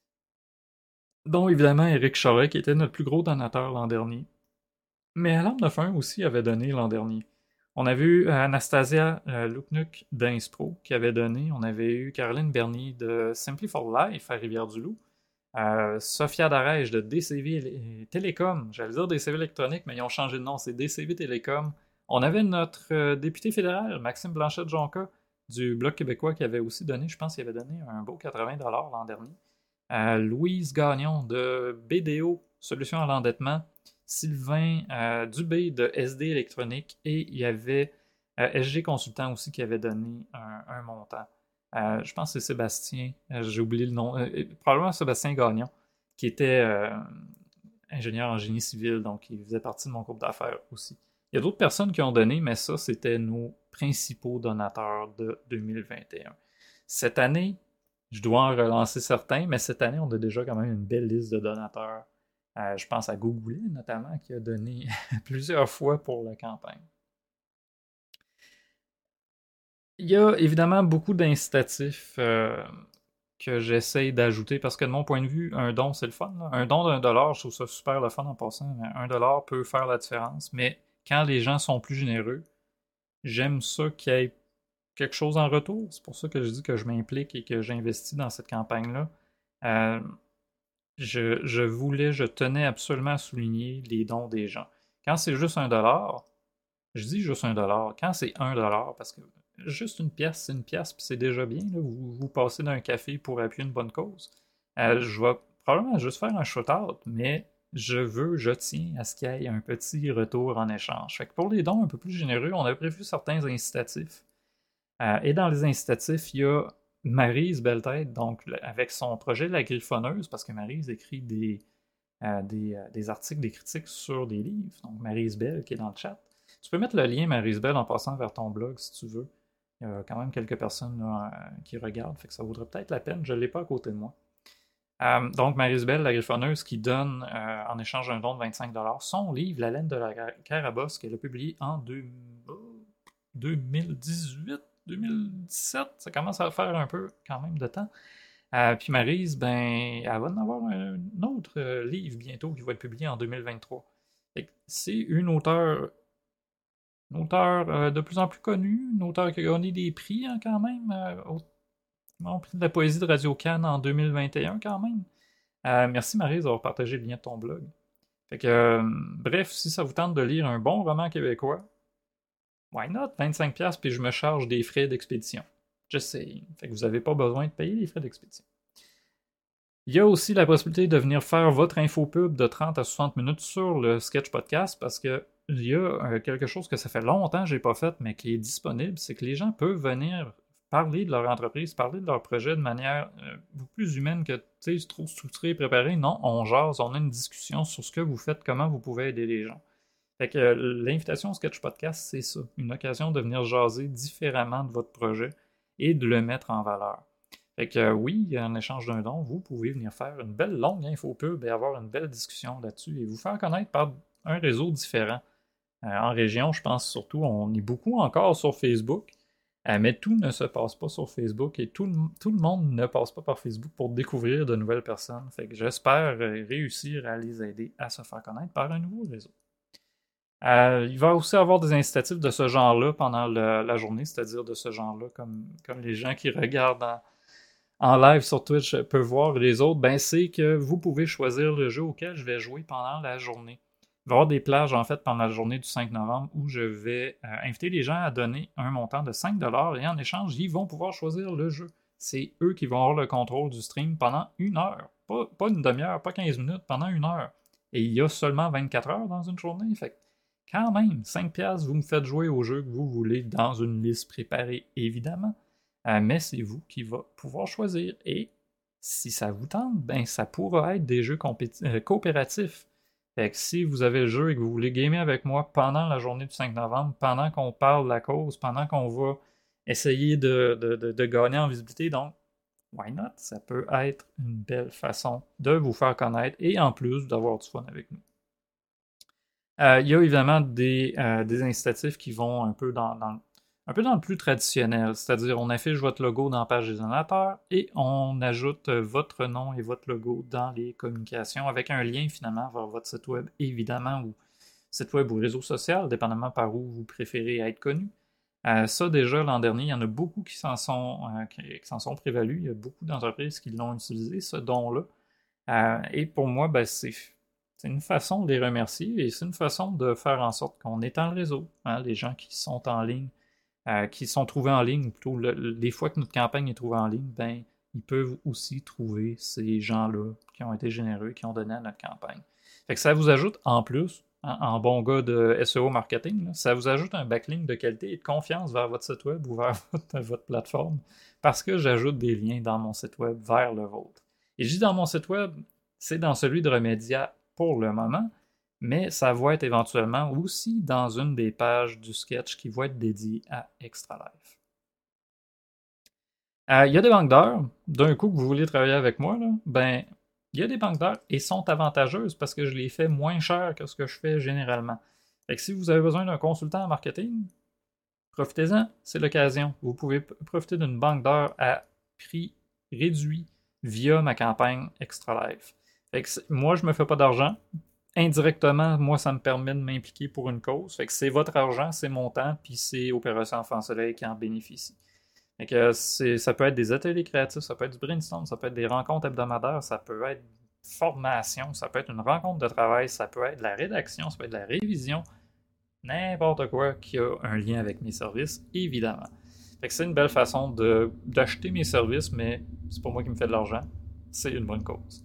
dont évidemment Éric Charret, qui était notre plus gros donateur l'an dernier. Mais Alarme 91 aussi avait donné l'an dernier. On avait eu Anastasia Luknuk d'Inspro qui avait donné. On avait eu Caroline Bernier de Simply for Life à Rivière-du-Loup. Sophia Darège de DCV Télécom. J'allais dire DCV électronique, mais ils ont changé de nom. C'est DCV Télécom. On avait notre député fédéral, Maxime Blanchette-Jonca, du Bloc québécois, qui avait aussi donné, je pense qu'il avait donné un beau 80$ l'an dernier. Louise Gagnon de BDO, Solutions à l'endettement. Sylvain Dubé de SD Électronique et il y avait SG Consultant aussi qui avait donné un montant. Je pense que c'est Sébastien, j'ai oublié le nom, probablement Sébastien Gagnon, qui était ingénieur en génie civil, donc il faisait partie de mon groupe d'affaires aussi. Il y a d'autres personnes qui ont donné, mais ça, c'était nos principaux donateurs de 2021. Cette année, je dois en relancer certains, mais cette année, on a déjà quand même une belle liste de donateurs. Je pense à Gogoulet, notamment, qui a donné plusieurs fois pour la campagne. Il y a évidemment beaucoup d'incitatifs que j'essaye d'ajouter parce que de mon point de vue, un don, c'est le fun. Là. Un don d'$, je trouve ça super le fun en passant. $1 peut faire la différence, mais quand les gens sont plus généreux, j'aime ça qu'il y ait quelque chose en retour. C'est pour ça que je dis que je m'implique et que j'investis dans cette campagne-là. Je tenais absolument à souligner les dons des gens. Quand c'est juste $1, je dis juste $1. Quand c'est $1, parce que juste une pièce, c'est une pièce, puis c'est déjà bien. Là, vous passez d'un café pour appuyer une bonne cause. Je vais probablement juste faire un shout-out, mais je tiens à ce qu'il y ait un petit retour en échange. Fait que pour les dons un peu plus généreux, on a prévu certains incitatifs. Et dans les incitatifs, il y a Maryse Belletête, donc avec son projet La Griffonneuse, parce que Maryse écrit des articles, des critiques sur des livres. Donc Maryse Belle qui est dans le chat. Tu peux mettre le lien Maryse Belle en passant vers ton blog si tu veux. Il y a quand même quelques personnes là, qui regardent, fait que ça vaudrait peut-être la peine. Je ne l'ai pas à côté de moi. Donc Maryse Belle, la griffonneuse, qui donne en échange d'un don de 25$ son livre La laine de la carabosse qu'elle a publié en 2018, 2017. Ça commence à faire un peu quand même de temps. Puis Maryse, ben, elle va en avoir un autre livre bientôt qui va être publié en 2023. C'est une auteure de plus en plus connue, une auteure qui a gagné des prix hein, quand même, au prix de la poésie de Radio-Can en 2021 quand même. Merci Maryse d'avoir partagé le lien de ton blog. Fait que, bref, si ça vous tente de lire un bon roman québécois, why not? 25$ puis je me charge des frais d'expédition. Je sais. Fait que vous n'avez pas besoin de payer les frais d'expédition. Il y a aussi la possibilité de venir faire votre infopub de 30 à 60 minutes sur le Sketch Podcast parce que il y a quelque chose que ça fait longtemps que je n'ai pas fait, mais qui est disponible, c'est que les gens peuvent venir parler de leur entreprise, parler de leur projet de manière beaucoup plus humaine que, tu sais, trop structuré, préparé. Non, on jase, on a une discussion sur ce que vous faites, comment vous pouvez aider les gens. Fait que l'invitation au Sketch Podcast, c'est ça. Une occasion de venir jaser différemment de votre projet et de le mettre en valeur. Fait que oui, en échange d'un don, vous pouvez venir faire une belle longue infopub et avoir une belle discussion là-dessus et vous faire connaître par un réseau différent. En région, je pense surtout, on est beaucoup encore sur Facebook, mais tout ne se passe pas sur Facebook et tout le monde ne passe pas par Facebook pour découvrir de nouvelles personnes. Fait que j'espère réussir à les aider à se faire connaître par un nouveau réseau. Il va aussi avoir des incitatifs de ce genre-là pendant la journée, c'est-à-dire de ce genre-là, comme les gens qui regardent en live sur Twitch peuvent voir les autres, ben c'est que vous pouvez choisir le jeu auquel je vais jouer pendant la journée. Il va y avoir des plages, en fait, pendant la journée du 5 novembre où je vais inviter les gens à donner un montant de 5$ et en échange, ils vont pouvoir choisir le jeu. C'est eux qui vont avoir le contrôle du stream pendant 1 heure. Pas une demi-heure, pas 15 minutes, pendant 1 heure. Et il y a seulement 24 heures dans une journée. Fait que, quand même, 5$, vous me faites jouer au jeu que vous voulez dans une liste préparée, évidemment. Mais c'est vous qui va pouvoir choisir. Et si ça vous tente, ben ça pourra être des jeux coopératifs. Fait que si vous avez le jeu et que vous voulez gamer avec moi pendant la journée du 5 novembre, pendant qu'on parle de la cause, pendant qu'on va essayer de gagner en visibilité, donc, why not? Ça peut être une belle façon de vous faire connaître et en plus d'avoir du fun avec nous. Il y a évidemment des incitatifs qui vont un peu dans le plus traditionnel, c'est-à-dire on affiche votre logo dans la page des donateurs et on ajoute votre nom et votre logo dans les communications avec un lien finalement vers votre site web, évidemment, ou site web ou réseau social, dépendamment par où vous préférez être connu. Ça déjà, l'an dernier, il y en a beaucoup qui s'en sont prévalus. Il y a beaucoup d'entreprises qui l'ont utilisé, ce don-là. Et pour moi, ben, c'est une façon de les remercier et c'est une façon de faire en sorte qu'on étend le réseau. Hein, les gens qui sont en ligne, qui sont trouvés en ligne, ou plutôt les fois que notre campagne est trouvée en ligne, ben, ils peuvent aussi trouver ces gens-là qui ont été généreux, qui ont donné à notre campagne. Fait que ça vous ajoute en plus, en bon gars de SEO marketing, là, ça vous ajoute un backlink de qualité et de confiance vers votre site web ou vers votre plateforme parce que j'ajoute des liens dans mon site web vers le vôtre. Et je dis dans mon site web, c'est dans celui de Remedia pour le moment, mais ça va être éventuellement aussi dans une des pages du sketch qui va être dédiée à Extra Life. Il y a des banques d'heures, d'un coup que vous voulez travailler avec moi, là, ben, il y a des banques d'heures et sont avantageuses parce que je les fais moins cher que ce que je fais généralement. Fait que si vous avez besoin d'un consultant en marketing, profitez-en, c'est l'occasion. Vous pouvez profiter d'une banque d'heures à prix réduit via ma campagne Extra Life. Fait que moi, je me fais pas d'argent. Indirectement, moi, ça me permet de m'impliquer pour une cause. Fait que c'est votre argent, c'est mon temps, puis c'est Opération Enfant Soleil qui en bénéficie. Fait que ça peut être des ateliers créatifs, ça peut être du brainstorm, ça peut être des rencontres hebdomadaires, ça peut être formation, ça peut être une rencontre de travail, ça peut être de la rédaction, ça peut être de la révision, n'importe quoi qui a un lien avec mes services, évidemment. Fait que c'est une belle façon d'acheter mes services, mais c'est pas moi qui me fais de l'argent, c'est une bonne cause.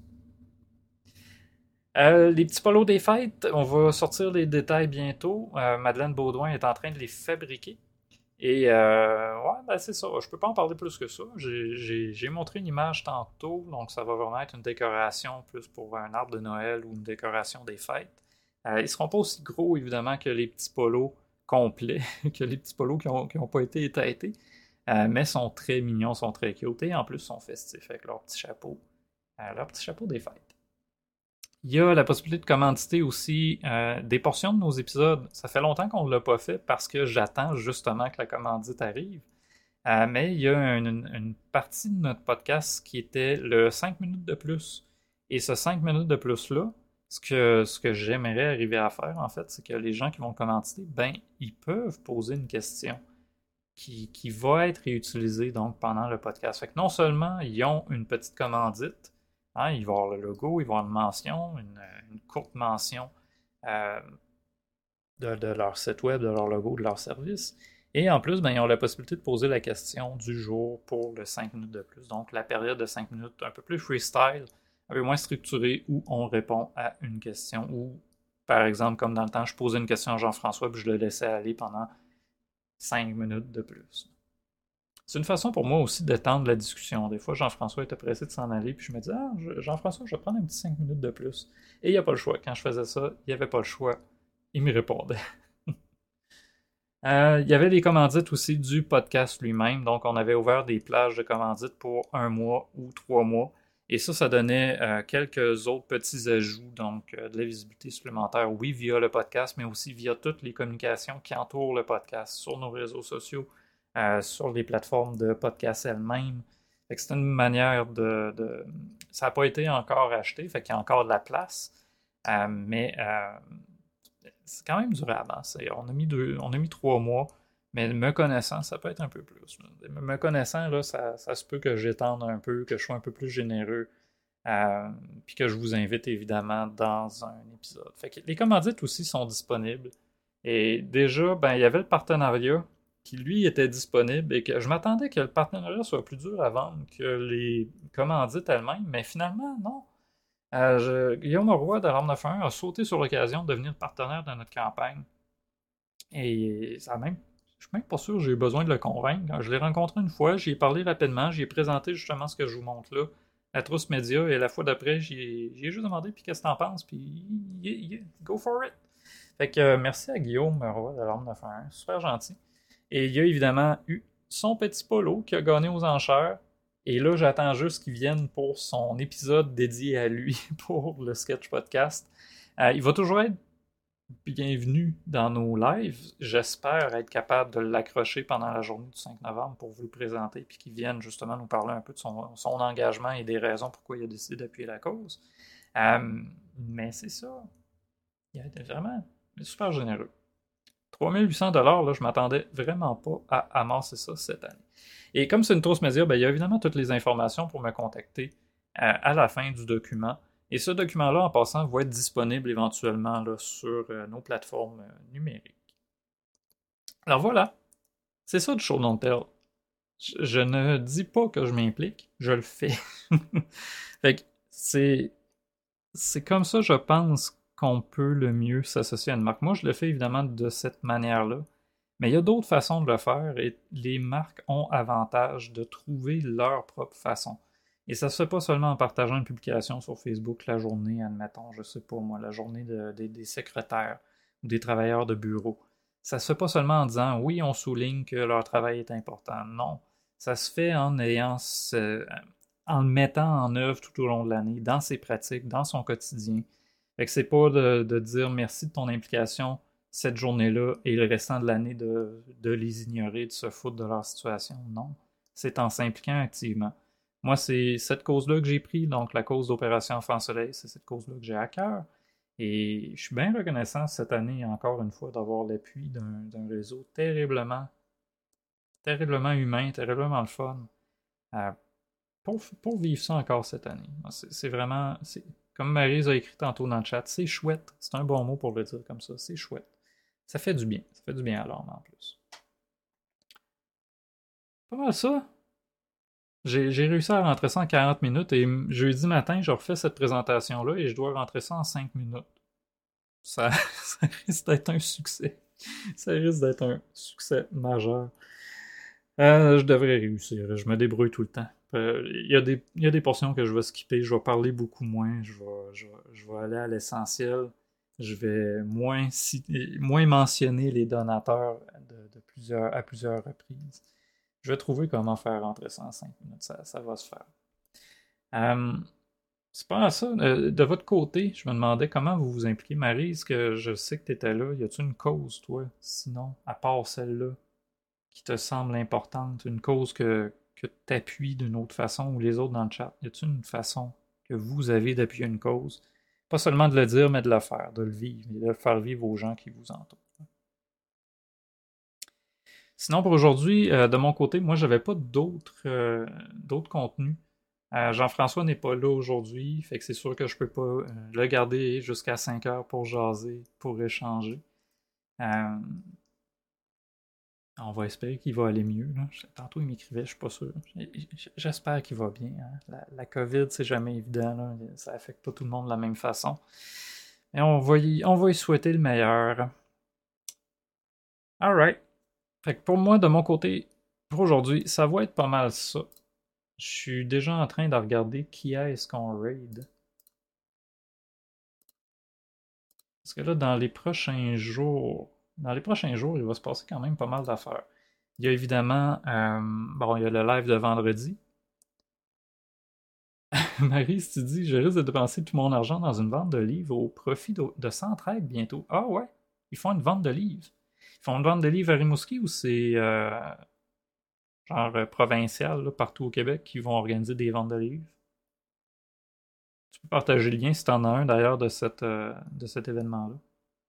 Les petits polos des fêtes, on va sortir les détails bientôt. Madeleine Baudouin est en train de les fabriquer. Et ouais, ben c'est ça. Je peux pas en parler plus que ça. J'ai montré une image tantôt, donc ça va vraiment être une décoration plus pour un arbre de Noël ou une décoration des fêtes. Ils seront pas aussi gros, évidemment, que les petits polos complets, que les petits polos qui ont pas été étêtés, mais sont très mignons, sont très cute et en plus sont festifs avec leur petit chapeau des fêtes. Il y a la possibilité de commanditer aussi des portions de nos épisodes. Ça fait longtemps qu'on ne l'a pas fait parce que j'attends justement que la commandite arrive. Mais il y a une partie de notre podcast qui était le 5 minutes de plus. Et ce 5 minutes de plus-là, ce que j'aimerais arriver à faire, en fait, c'est que les gens qui vont commanditer, ben, ils peuvent poser une question qui va être réutilisée donc pendant le podcast. Fait que non seulement ils ont une petite commandite, hein, il va y avoir le logo, il va y avoir une mention, une courte mention de leur site web, de leur logo, de leur service. Et en plus, ben, ils ont la possibilité de poser la question du jour pour le 5 minutes de plus. Donc la période de 5 minutes un peu plus freestyle, un peu moins structurée, où on répond à une question. Ou, par exemple, comme dans le temps, je posais une question à Jean-François, puis je le laissais aller pendant 5 minutes de plus. C'est une façon pour moi aussi d'étendre la discussion. Des fois, Jean-François était pressé de s'en aller, puis je me disais, ah, Jean-François, je vais prendre un petit 5 minutes de plus. Et il n'y a pas le choix. Quand je faisais ça, il n'y avait pas le choix. Il me répondait. Il y avait des commandites aussi du podcast lui-même. Donc, on avait ouvert des plages de commandites pour 1 mois ou 3 mois. Et ça donnait quelques autres petits ajouts, donc de la visibilité supplémentaire, oui, via le podcast, mais aussi via toutes les communications qui entourent le podcast sur nos réseaux sociaux, sur les plateformes de podcast elles-mêmes. Fait que c'est une manière ça n'a pas été encore acheté, fait qu'il y a encore de la place, mais c'est quand même durable. Hein? On a mis 3 mois, mais me connaissant, ça peut être un peu plus. Me connaissant, là, ça se peut que j'étende un peu, que je sois un peu plus généreux, puis que je vous invite évidemment dans un épisode. Fait que les commandites aussi sont disponibles. Et déjà, ben, il y avait le partenariat qui lui était disponible et que je m'attendais que le partenariat soit plus dur à vendre que les commandites elles-mêmes, mais finalement, non. Guillaume Roy de l'Arme 91 a sauté sur l'occasion de devenir partenaire de notre campagne. Et ça même, je suis même pas sûr que j'ai eu besoin de le convaincre. Je l'ai rencontré une fois, j'y ai parlé rapidement, j'y ai présenté justement ce que je vous montre là, la trousse média, et la fois d'après, j'y ai juste demandé, puis qu'est-ce que t'en penses, puis go for it. Fait que merci à Guillaume Roy de l'Arme 91, super gentil. Et il y a évidemment eu son petit polo qui a gagné aux enchères. Et là, j'attends juste qu'il vienne pour son épisode dédié à lui pour le Sketch Podcast. Il va toujours être bienvenu dans nos lives. J'espère être capable de l'accrocher pendant la journée du 5 novembre pour vous le présenter puis qu'il vienne justement nous parler un peu de son engagement et des raisons pourquoi il a décidé d'appuyer la cause. Mais c'est ça. Il a été vraiment super généreux. 3800 $, là, je m'attendais vraiment pas à amasser ça cette année. Et comme c'est une trousse média, ben, il y a évidemment toutes les informations pour me contacter à la fin du document. Et ce document-là, en passant, va être disponible éventuellement là, sur nos plateformes numériques. Alors voilà, c'est ça du show don't tell. Je ne dis pas que je m'implique, je le fais. Fait que c'est comme ça, je pense, qu'on peut le mieux s'associer à une marque. Moi, je le fais évidemment de cette manière-là, mais il y a d'autres façons de le faire et les marques ont avantage de trouver leur propre façon. Et ça se fait pas seulement en partageant une publication sur Facebook la journée, admettons, je sais pas moi, la journée des secrétaires ou des travailleurs de bureau. Ça se fait pas seulement en disant oui, on souligne que leur travail est important. Non. Ça se fait en le mettant en œuvre tout au long de l'année, dans ses pratiques, dans son quotidien. Fait que c'est pas de dire merci de ton implication cette journée-là et le restant de l'année de les ignorer, de se foutre de leur situation. Non. C'est en s'impliquant activement. Moi, c'est cette cause-là que j'ai pris, donc la cause d'Opération Enfant Soleil, c'est cette cause-là que j'ai à cœur. Et je suis bien reconnaissant cette année, encore une fois, d'avoir l'appui d'un réseau terriblement humain, terriblement le fun, euh, pour vivre ça encore cette année. C'est vraiment, comme Maryse a écrit tantôt dans le chat, c'est chouette. C'est un bon mot pour le dire comme ça, c'est chouette. Ça fait du bien. Ça fait du bien à l'âme en plus. Pas mal ça. J'ai réussi à rentrer ça en 40 minutes et jeudi matin, je refais cette présentation-là et je dois rentrer ça en 5 minutes. Ça, ça risque d'être un succès. Ça risque d'être un succès majeur. Je devrais réussir. Je me débrouille tout le temps. Il y a des portions que je vais skipper. Je vais parler beaucoup moins. Je vais aller à l'essentiel. Je vais moins mentionner les donateurs à plusieurs reprises. Je vais trouver comment faire rentrer ça en 5 minutes. Ça va se faire. Euh, c'est pas ça. De votre côté, je me demandais comment vous vous impliquez. Maryse, que je sais que tu étais là. Y a-tu une cause, toi, sinon, à part celle-là, qui te semble importante? Une cause que tu appuies d'une autre façon ou les autres dans le chat? Y a-tu une façon que vous avez d'appuyer une cause? Pas seulement de le dire, mais de le faire, de le vivre et de le faire vivre aux gens qui vous entourent. Sinon, pour aujourd'hui, de mon côté, moi, j'avais pas d'autres contenus. Jean-François n'est pas là aujourd'hui, fait que c'est sûr que je peux pas le garder jusqu'à 5 heures pour jaser, pour échanger. Euh, on va espérer qu'il va aller mieux. Là. Tantôt, il m'écrivait, je suis pas sûr. J'espère qu'il va bien. Hein. La COVID, c'est jamais évident. Là. Ça affecte pas tout le monde de la même façon. Et on va y souhaiter le meilleur. Alright. Fait que pour moi, de mon côté, pour aujourd'hui, ça va être pas mal ça. Je suis déjà en train de regarder qui est-ce qu'on raid. Parce que là, dans les prochains jours, il va se passer quand même pas mal d'affaires. Il y a évidemment, bon, il y a le live de vendredi. Marie, si tu dis, je risque de dépenser tout mon argent dans une vente de livres au profit de Centraide bientôt. Ah ouais, ils font une vente de livres. Ils font une vente de livres à Rimouski ou c'est genre provincial, là, partout au Québec, qui vont organiser des ventes de livres? Tu peux partager le lien si tu en as un d'ailleurs de cet événement-là.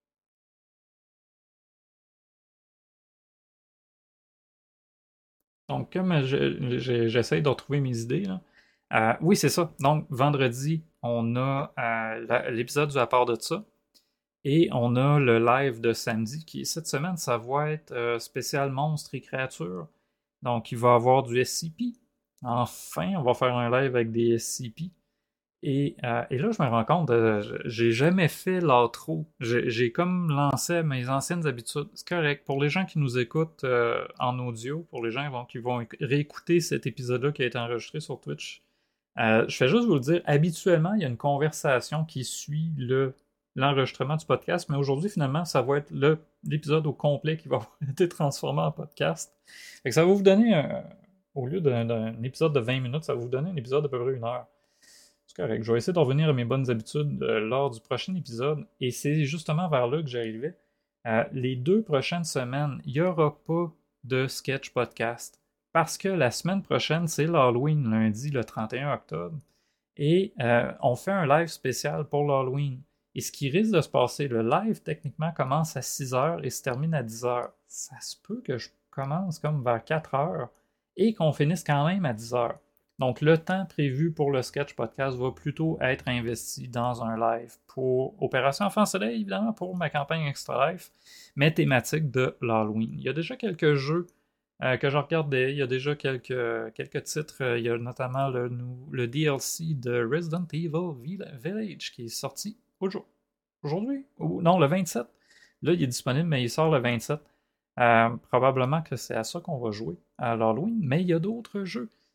Donc, comme j'essaie de retrouver mes idées, là. Oui, c'est ça. Donc, vendredi, on a l'épisode du rapport de ça. Et on a le live de samedi qui, cette semaine, ça va être spécial monstres et créatures. Donc, il va y avoir du SCP. Enfin, on va faire un live avec des SCP. Et là, je me rends compte, j'ai jamais fait l'outro. J'ai comme lancé mes anciennes habitudes. C'est correct. Pour les gens qui nous écoutent en audio, pour les gens qui vont réécouter cet épisode-là qui a été enregistré sur Twitch, je fais juste vous le dire, habituellement, il y a une conversation qui suit l'enregistrement du podcast, mais aujourd'hui, finalement, ça va être l'épisode au complet qui va avoir été transformé en podcast. Fait que ça va vous donner, au lieu d'un épisode de 20 minutes, ça va vous donner un épisode d'à peu près 1 heure. C'est correct. Je vais essayer de revenir à mes bonnes habitudes lors du prochain épisode. Et c'est justement vers là que j'arrivais. Les 2 prochaines semaines, il n'y aura pas de sketch podcast. Parce que la semaine prochaine, c'est l'Halloween, lundi, le 31 octobre. Et on fait un live spécial pour l'Halloween. Et ce qui risque de se passer, le live techniquement commence à 6 h et se termine à 10 h. Ça se peut que je commence comme vers 4 h et qu'on finisse quand même à 10 h. Donc, le temps prévu pour le sketch podcast va plutôt être investi dans un live pour Opération Enfant Soleil, évidemment, pour ma campagne Extra Life, mais thématique de l'Halloween. Il y a déjà quelques jeux que je regardais, il y a déjà quelques titres. Il y a notamment le DLC de Resident Evil Village qui est sorti aujourd'hui, ou non, le 27. Là, il est disponible, mais il sort le 27. Probablement que c'est à ça qu'on va jouer à l'Halloween, mais il y a d'autres jeux.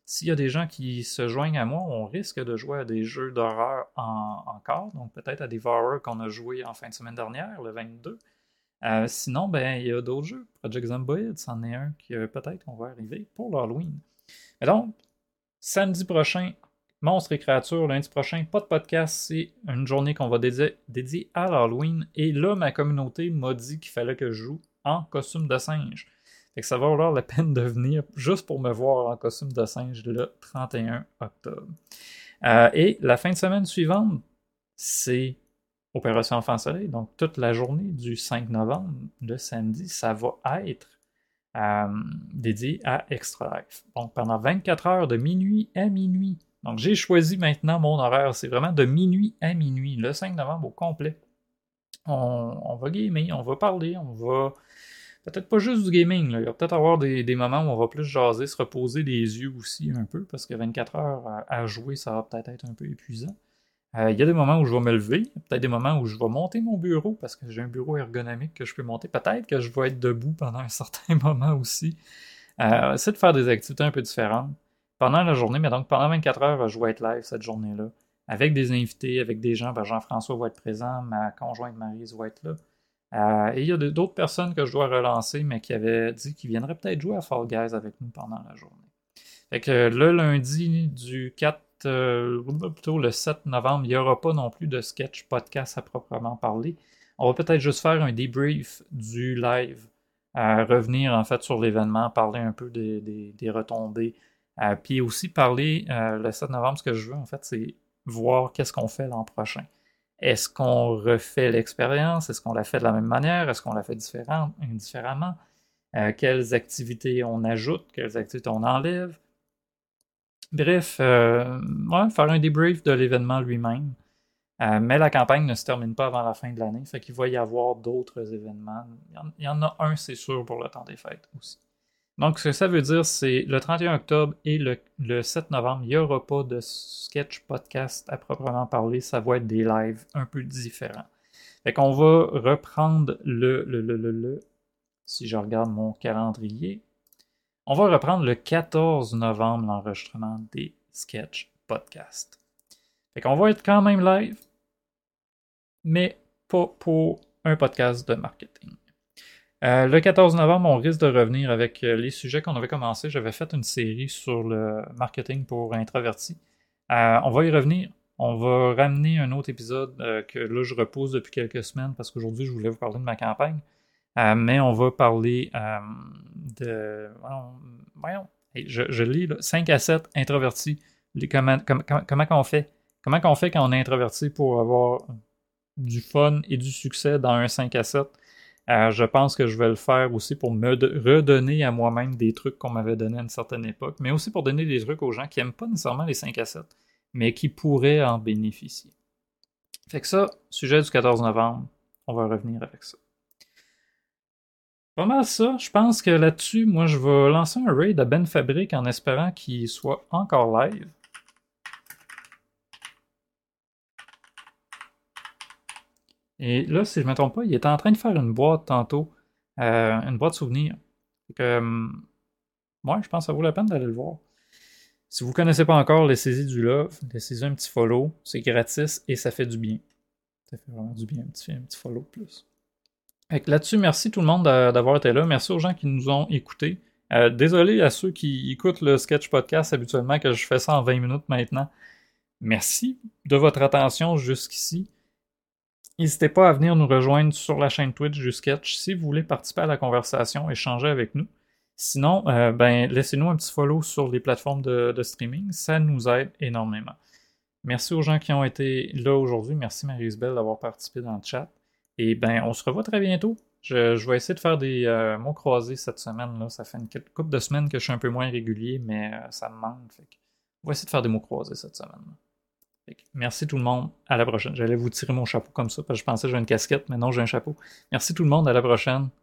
S'il y a des gens qui se joignent à moi, on risque de jouer à des jeux d'horreur encore, donc peut-être à des Horror qu'on a joué en fin de semaine dernière, le 22. Sinon, ben, il y a d'autres jeux. Project Zomboid, c'en est un qui peut-être qu'on va arriver pour l'Halloween. Mais donc, samedi prochain, Monstres et créatures. Lundi prochain, pas de podcast. C'est une journée qu'on va dédier à l'Halloween. Et là, ma communauté m'a dit qu'il fallait que je joue en costume de singe. Fait que ça va valoir la peine de venir juste pour me voir en costume de singe le 31 octobre. Et la fin de semaine suivante, c'est Opération Enfant Soleil. Donc, toute la journée du 5 novembre, le samedi, ça va être dédié à Extra Life. Donc, pendant 24 heures de minuit à minuit. Donc, j'ai choisi maintenant mon horaire. C'est vraiment de minuit à minuit, le 5 novembre au complet. On va gamer, on va parler, on va... Peut-être pas juste du gaming, là. Il va peut-être avoir des moments où on va plus jaser, se reposer les yeux aussi un peu, parce que 24 heures à jouer, ça va peut-être être un peu épuisant. Il y a des moments où je vais me lever, peut-être des moments où je vais monter mon bureau, parce que j'ai un bureau ergonomique que je peux monter. Peut-être que je vais être debout pendant un certain moment aussi. Essayer de faire des activités un peu différentes pendant la journée, mais donc pendant 24 heures, je vais être live cette journée-là, avec des invités, avec des gens. Ben Jean-François va être présent, ma conjointe Maryse va être là. Et il y a d'autres personnes que je dois relancer, mais qui avaient dit qu'ils viendraient peut-être jouer à Fall Guys avec nous pendant la journée. Fait que le lundi du 4, plutôt le 7 novembre, il n'y aura pas non plus de sketch podcast à proprement parler. On va peut-être juste faire un débrief du live, revenir en fait sur l'événement, parler un peu des retombées, puis aussi parler le 7 novembre, ce que je veux en fait, c'est voir qu'est-ce qu'on fait l'an prochain. Est-ce qu'on refait l'expérience? Est-ce qu'on la fait de la même manière? Est-ce qu'on la fait différemment? Quelles activités on ajoute? Quelles activités on enlève? Bref, ouais, faire un débrief de l'événement lui-même. Mais la campagne ne se termine pas avant la fin de l'année, fait qu'il va y avoir d'autres événements. Il y en a un, c'est sûr, pour le temps des fêtes aussi. Donc, ce que ça veut dire, c'est le 31 octobre et le 7 novembre, il n'y aura pas de sketch podcast à proprement parler. Ça va être des lives un peu différents. Fait qu'on va reprendre si je regarde mon calendrier, on va reprendre le 14 novembre l'enregistrement des sketch podcasts. Fait qu'on va être quand même live, mais pas pour un podcast de marketing. Le 14 novembre, on risque de revenir avec les sujets qu'on avait commencé. J'avais fait une série sur le marketing pour introvertis. On va y revenir. On va ramener un autre épisode que là, je repose depuis quelques semaines parce qu'aujourd'hui, je voulais vous parler de ma campagne. Mais on va parler de... Voyons, je lis, là, 5 à 7 introvertis. Comment qu'on fait? Comment qu'on fait quand on est introverti pour avoir du fun et du succès dans un 5 à 7? Je pense que je vais le faire aussi pour me redonner à moi-même des trucs qu'on m'avait donné à une certaine époque, mais aussi pour donner des trucs aux gens qui n'aiment pas nécessairement les 5 à 7, mais qui pourraient en bénéficier. Fait que ça, sujet du 14 novembre, on va revenir avec ça. Pas mal ça. Je pense que là-dessus, moi, je vais lancer un raid à Ben Fabric en espérant qu'il soit encore live. Et là, si je ne me trompe pas, il était en train de faire une boîte tantôt, une boîte souvenir. Fait que, ouais, je pense que ça vaut la peine d'aller le voir. Si vous ne connaissez pas encore, laissez-y du love, laissez-y un petit follow, c'est gratis et ça fait du bien. Ça fait vraiment du bien, un petit follow de plus. Fait que là-dessus, merci tout le monde d'avoir été là. Merci aux gens qui nous ont écoutés. Désolé à ceux qui écoutent le sketch podcast habituellement que je fais ça en 20 minutes maintenant. Merci de votre attention jusqu'ici. N'hésitez pas à venir nous rejoindre sur la chaîne Twitch du sketch si vous voulez participer à la conversation, échanger avec nous. Sinon, laissez-nous un petit follow sur les plateformes de streaming. Ça nous aide énormément. Merci aux gens qui ont été là aujourd'hui. Merci Marie-Isabelle d'avoir participé dans le chat. Et on se revoit très bientôt. Je vais essayer de faire des mots croisés cette semaine. Là. Ça fait une couple de semaines que je suis un peu moins régulier, mais ça me manque. On va essayer de faire des mots croisés cette semaine. Merci tout le monde. À la prochaine. J'allais vous tirer mon chapeau comme ça parce que je pensais que j'avais une casquette, mais non, j'ai un chapeau. Merci tout le monde. À la prochaine.